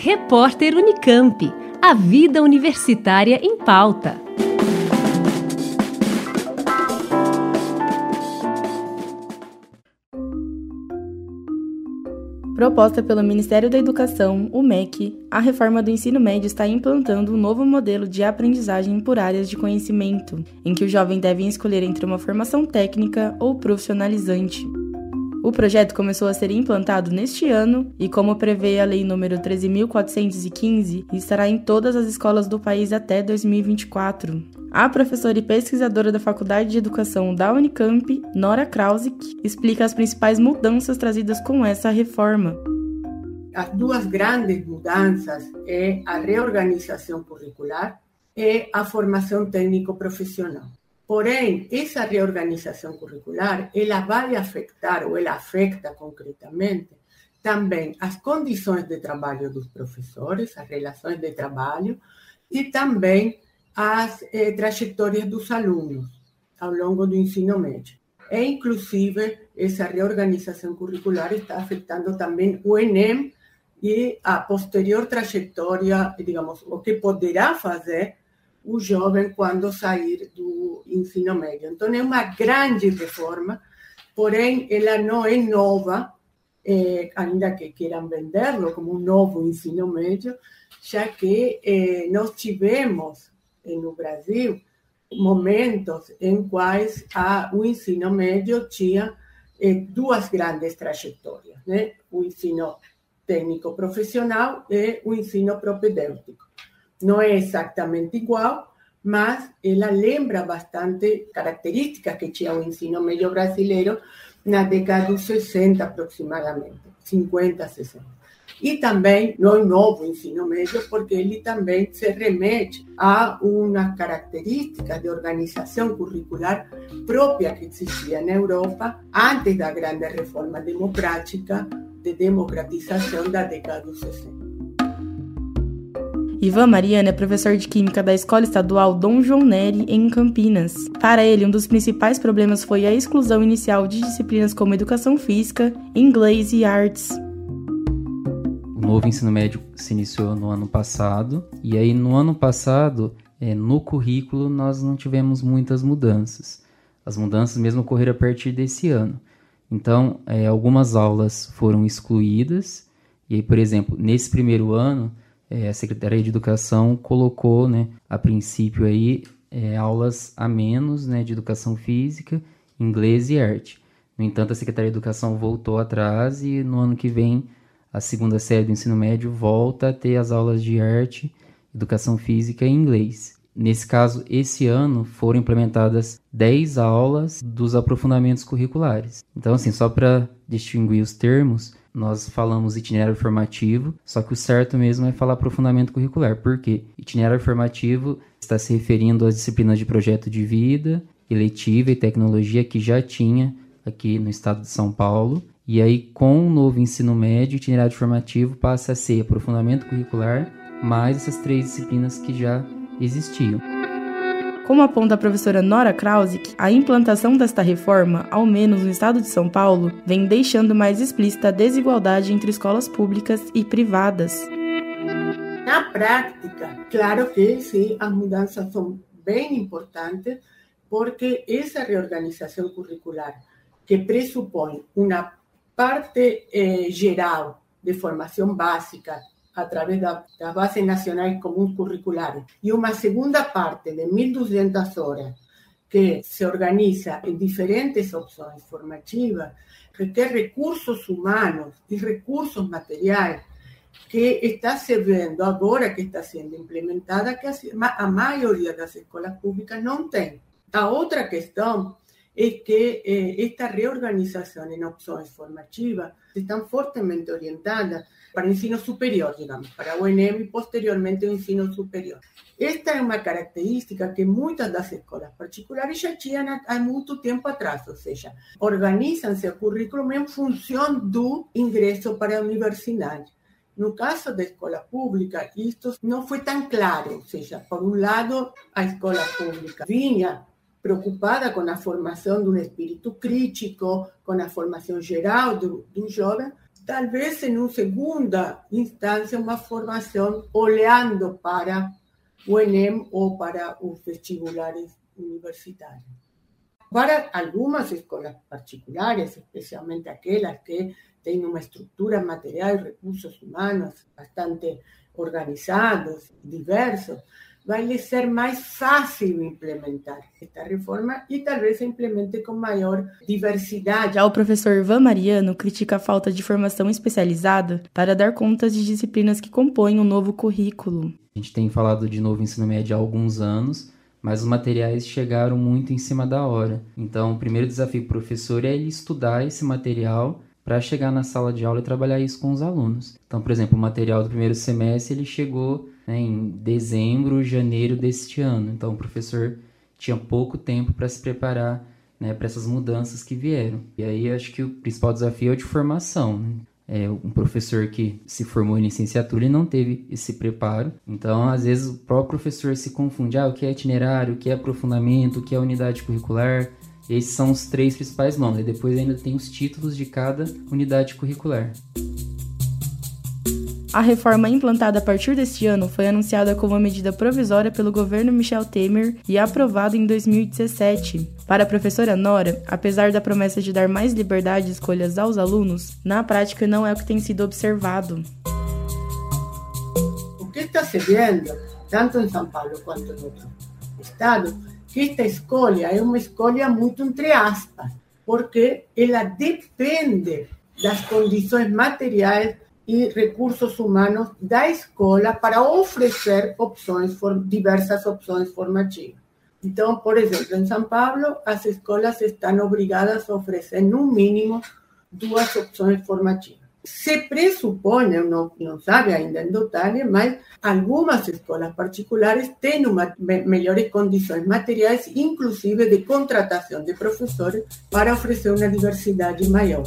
Repórter Unicamp. A vida universitária em pauta. Proposta pelo Ministério da Educação, o MEC, a reforma do ensino médio está implantando um novo modelo de aprendizagem por áreas de conhecimento, em que o jovem deve escolher entre uma formação técnica ou profissionalizante. O projeto começou a ser implantado neste ano e, como prevê a Lei nº 13.415, estará em todas as escolas do país até 2024. A professora e pesquisadora da Faculdade de Educação da Unicamp, Nora Krausick, explica as principais mudanças trazidas com essa reforma. As duas grandes mudanças é a reorganização curricular e a formação técnico-profissional. Porém, essa reorganização curricular, ela vai afetar, ou ela afeta concretamente, também as condições de trabalho dos professores, as relações de trabalho, e também as trajetórias dos alunos ao longo do ensino médio. E, inclusive, essa reorganização curricular está afetando também o Enem e a posterior trajetória, digamos, o que poderá fazer o jovem quando sair do ensino médio. Então, é uma grande reforma, porém, ela não é nova, ainda que queiram venderlo como um novo ensino médio, já que nós tivemos no Brasil momentos em quais o ensino médio tinha duas grandes trajetórias, né? O ensino técnico-profissional e o ensino propedêutico. Não é exatamente igual, mas ela lembra bastante características que tinha o ensino médio brasileiro na década dos 60 aproximadamente, 50, 60. E também no novo ensino médio, porque ele também se remete a uma característica de organização curricular própria que existia na Europa antes da grande reforma democrática de democratização da década dos 60. Ivan Mariano é professor de Química da Escola Estadual Dom João Neri, em Campinas. Para ele, um dos principais problemas foi a exclusão inicial de disciplinas como Educação Física, Inglês e Artes. O novo ensino médio se iniciou no ano passado, e aí no ano passado, no currículo, nós não tivemos muitas mudanças. As mudanças mesmo ocorreram a partir desse ano. Então, algumas aulas foram excluídas, e aí, por exemplo, nesse primeiro ano, a Secretaria de Educação colocou, a princípio, aí, aulas a menos, de Educação Física, Inglês e Arte. No entanto, a Secretaria de Educação voltou atrás e no ano que vem a segunda série do ensino médio volta a ter as aulas de Arte, Educação Física e Inglês. Nesse caso, esse ano foram implementadas 10 aulas dos aprofundamentos curriculares. Então, assim, só para distinguir os termos, nós falamos itinerário formativo, só que o certo mesmo é falar aprofundamento curricular. Por quê? Itinerário formativo está se referindo às disciplinas de projeto de vida, eletiva e tecnologia que já tinha aqui no estado de São Paulo. E aí, com o novo ensino médio, o itinerário formativo passa a ser aprofundamento curricular, mais essas 3 disciplinas que já existiam. Como aponta a professora Nora Krausick, a implantação desta reforma, ao menos no estado de São Paulo, vem deixando mais explícita a desigualdade entre escolas públicas e privadas. Na prática, claro que sim, as mudanças são bem importantes, porque essa reorganização curricular, que pressupõe uma parte geral de formação básica, através das bases nacionais comuns curriculares, e uma segunda parte de 1.200 horas que se organiza em diferentes opções formativas, requer recursos humanos e recursos materiais que está se vendo agora que está sendo implementada, que a maioria das escolas públicas não tem. A outra questão é que esta reorganização em opções formativas estão fortemente orientadas para o ensino superior, digamos, para o Enem e posteriormente o ensino superior. Esta é uma característica que muitas das escolas particulares já tinham há muito tempo atrás, ou seja, organizam seu currículo em função do ingresso para a universidade. No caso da escola pública, isto não foi tão claro, ou seja, por um lado, a escola pública vinha preocupada com a formação de um espírito crítico, com a formação geral do jovem, talvez em uma segunda instância, uma formação olhando para o Enem ou para os vestibulares universitários. Para algumas escolas particulares, especialmente aquelas que têm uma estrutura material e recursos humanos bastante organizados, diversos, vai lhe ser mais fácil implementar esta reforma e talvez implemente com maior diversidade. Já o professor Ivan Mariano critica a falta de formação especializada para dar conta de disciplinas que compõem o novo currículo. A gente tem falado de novo ensino médio há alguns anos, mas os materiais chegaram muito em cima da hora. Então, o primeiro desafio para o professor é ele estudar esse material para chegar na sala de aula e trabalhar isso com os alunos. Então, por exemplo, o material do primeiro semestre ele chegou em dezembro, janeiro deste ano. Então, o professor tinha pouco tempo para se preparar para essas mudanças que vieram. E aí, acho que o principal desafio é o de formação. Um professor que se formou em licenciatura e não teve esse preparo. Então, às vezes, o próprio professor se confunde. O que é itinerário, o que é aprofundamento, o que é unidade curricular. E esses são os 3 principais nomes. E depois ainda tem os títulos de cada unidade curricular. A reforma implantada a partir deste ano foi anunciada como uma medida provisória pelo governo Michel Temer e aprovada em 2017. Para a professora Nora, apesar da promessa de dar mais liberdade e escolhas aos alunos, na prática não é o que tem sido observado. O que está se vendo, tanto em São Paulo quanto em outros estados, que esta escolha é uma escolha muito entre aspas, porque ela depende das condições materiais e recursos humanos da escola para oferecer diversas opções formativas. Então, por exemplo, em São Paulo, as escolas estão obrigadas a oferecer, no mínimo, 2 opções formativas. Se pressupõe, não sabe ainda em detalhe, mas algumas escolas particulares têm melhores condições materiais, inclusive de contratação de professores, para oferecer uma diversidade maior.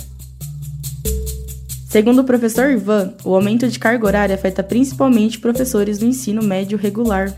Segundo o professor Ivan, o aumento de carga horária afeta principalmente professores do ensino médio regular.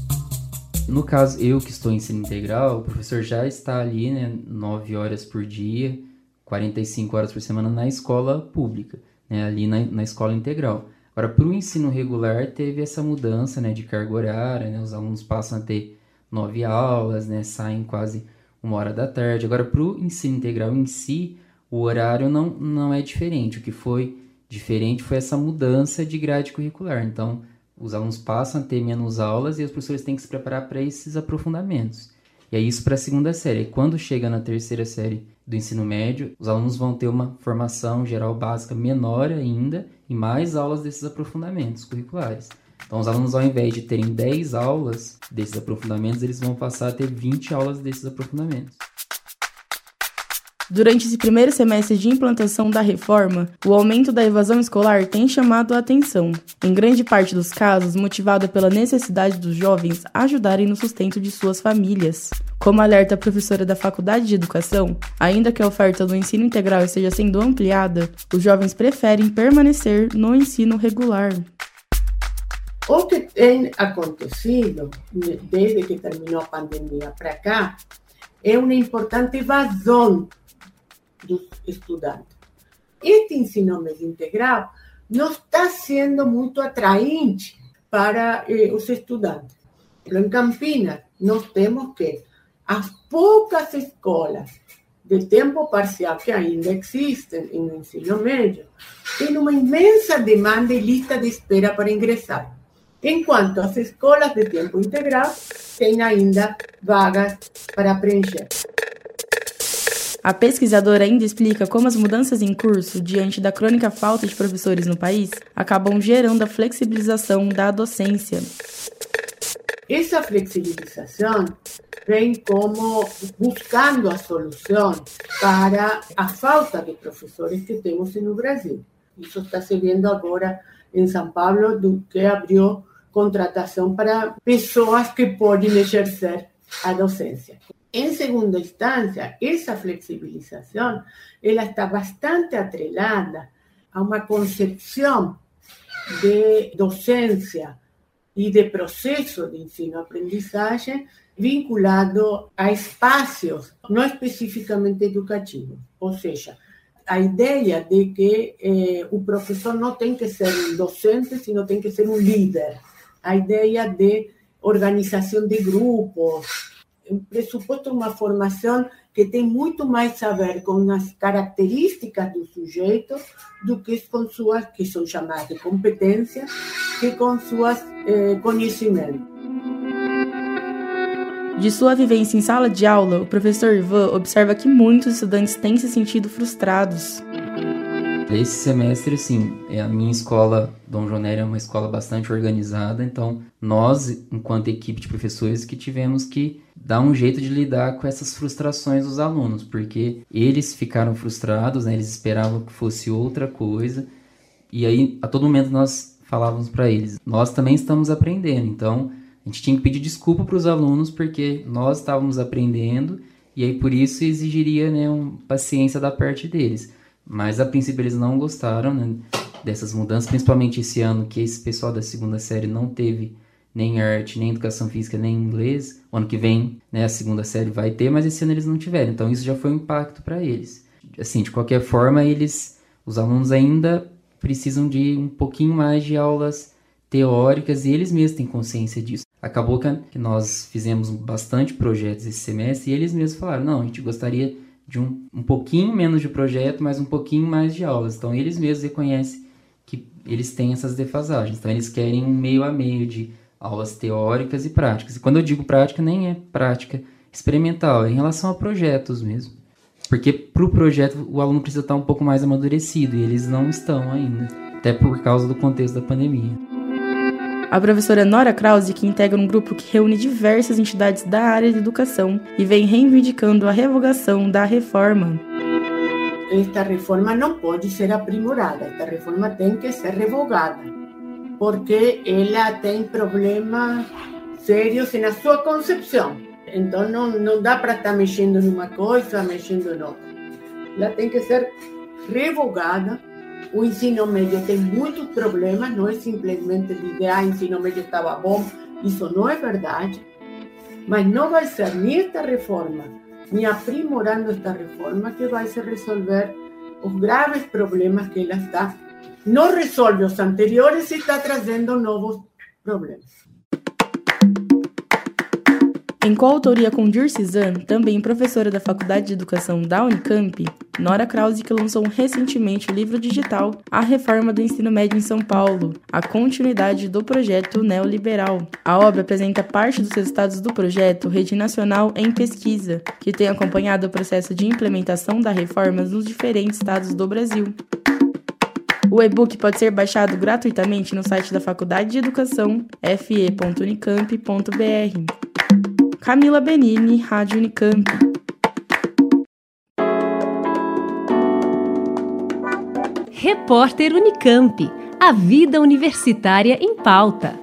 No caso, eu que estou em ensino integral, o professor já está ali, 9 horas por dia, 45 horas por semana na escola pública, ali na escola integral. Agora, para o ensino regular, teve essa mudança de carga horária, os alunos passam a ter 9 aulas, saem quase 1h da tarde. Agora, para o ensino integral em si, o horário não é diferente. O que foi diferente foi essa mudança de grade curricular. Então, os alunos passam a ter menos aulas e os professores têm que se preparar para esses aprofundamentos. E é isso para a segunda série. Quando chega na terceira série do ensino médio, os alunos vão ter uma formação geral básica menor ainda e mais aulas desses aprofundamentos curriculares. Então, os alunos, ao invés de terem 10 aulas desses aprofundamentos, eles vão passar a ter 20 aulas desses aprofundamentos. Durante esse primeiro semestre de implantação da reforma, o aumento da evasão escolar tem chamado a atenção, em grande parte dos casos motivada pela necessidade dos jovens ajudarem no sustento de suas famílias. Como alerta a professora da Faculdade de Educação, ainda que a oferta do ensino integral esteja sendo ampliada, os jovens preferem permanecer no ensino regular. O que tem acontecido desde que terminou a pandemia para cá é uma importante evasão dos estudantes. Este ensino médio integral não está sendo muito atraente para os estudantes. Em Campinas, nós temos que as poucas escolas de tempo parcial que ainda existem no ensino médio têm uma imensa demanda e lista de espera para ingressar, enquanto as escolas de tempo integral têm ainda vagas para preencher. A pesquisadora ainda explica como as mudanças em curso, diante da crônica falta de professores no país, acabam gerando a flexibilização da docência. Essa flexibilização vem como buscando a solução para a falta de professores que temos no Brasil. Isso está se vendo agora em São Paulo, do que abriu contratação para pessoas que podem exercer a docência. Em segunda instância, essa flexibilização ela está bastante atrelada a uma concepção de docência e de processo de ensino-aprendizagem vinculado a espaços não especificamente educativos. Ou seja, a ideia de que o professor não tem que ser um docente, sino tem que ser um líder. A ideia de organização de grupos, pressuposto uma formação que tem muito mais a ver com as características do sujeito do que com suas, que são chamadas de competências, que com suas conhecimentos. De sua vivência em sala de aula, o professor Ivan observa que muitos estudantes têm se sentido frustrados. Esse semestre, sim, a minha escola, Dom João Nery, é uma escola bastante organizada, então nós, enquanto equipe de professores, que tivemos que dar um jeito de lidar com essas frustrações dos alunos, porque eles ficaram frustrados, né? Eles esperavam que fosse outra coisa, e aí a todo momento nós falávamos para eles, nós também estamos aprendendo, então a gente tinha que pedir desculpa para os alunos porque nós estávamos aprendendo, e aí por isso exigiria, né, paciência da parte deles. Mas a princípio eles não gostaram, né, dessas mudanças, principalmente esse ano que esse pessoal da segunda série não teve nem arte, nem educação física, nem inglês. O ano que vem, né, a segunda série vai ter, mas esse ano eles não tiveram. Então isso já foi um impacto para eles. Assim, de qualquer forma, os alunos ainda precisam de um pouquinho mais de aulas teóricas e eles mesmos têm consciência disso. Acabou que nós fizemos bastante projetos esse semestre e eles mesmos falaram, não, a gente gostaria de um pouquinho menos de projeto, mas um pouquinho mais de aulas. Então, eles mesmos reconhecem que eles têm essas defasagens. Então, eles querem um meio a meio de aulas teóricas e práticas. E quando eu digo prática, nem é prática experimental, é em relação a projetos mesmo. Porque para o projeto, o aluno precisa estar um pouco mais amadurecido, e eles não estão ainda, até por causa do contexto da pandemia. A professora Nora Krause, que integra um grupo que reúne diversas entidades da área de educação e vem reivindicando a revogação da reforma. Esta reforma não pode ser aprimorada, esta reforma tem que ser revogada, porque ela tem problemas sérios na sua concepção. Então não dá para estar mexendo numa coisa, mexendo em outra. Ela tem que ser revogada. O ensino médio tem muitos problemas, não é simplesmente dizer o ensino médio estava bom, isso não é verdade, mas não vai ser nem esta reforma, nem aprimorando esta reforma que vai se resolver os graves problemas que ela está, não resolve os anteriores e está trazendo novos problemas. Em coautoria com Dirce Zan, também professora da Faculdade de Educação da Unicamp, Nora Krause, que lançou recentemente o livro digital A Reforma do Ensino Médio em São Paulo, a continuidade do projeto neoliberal. A obra apresenta parte dos resultados do projeto Rede Nacional em Pesquisa, que tem acompanhado o processo de implementação das reformas nos diferentes estados do Brasil. O e-book pode ser baixado gratuitamente no site da Faculdade de Educação, fe.unicamp.br. Camila Benini, Rádio Unicamp. Repórter Unicamp. A vida universitária em pauta.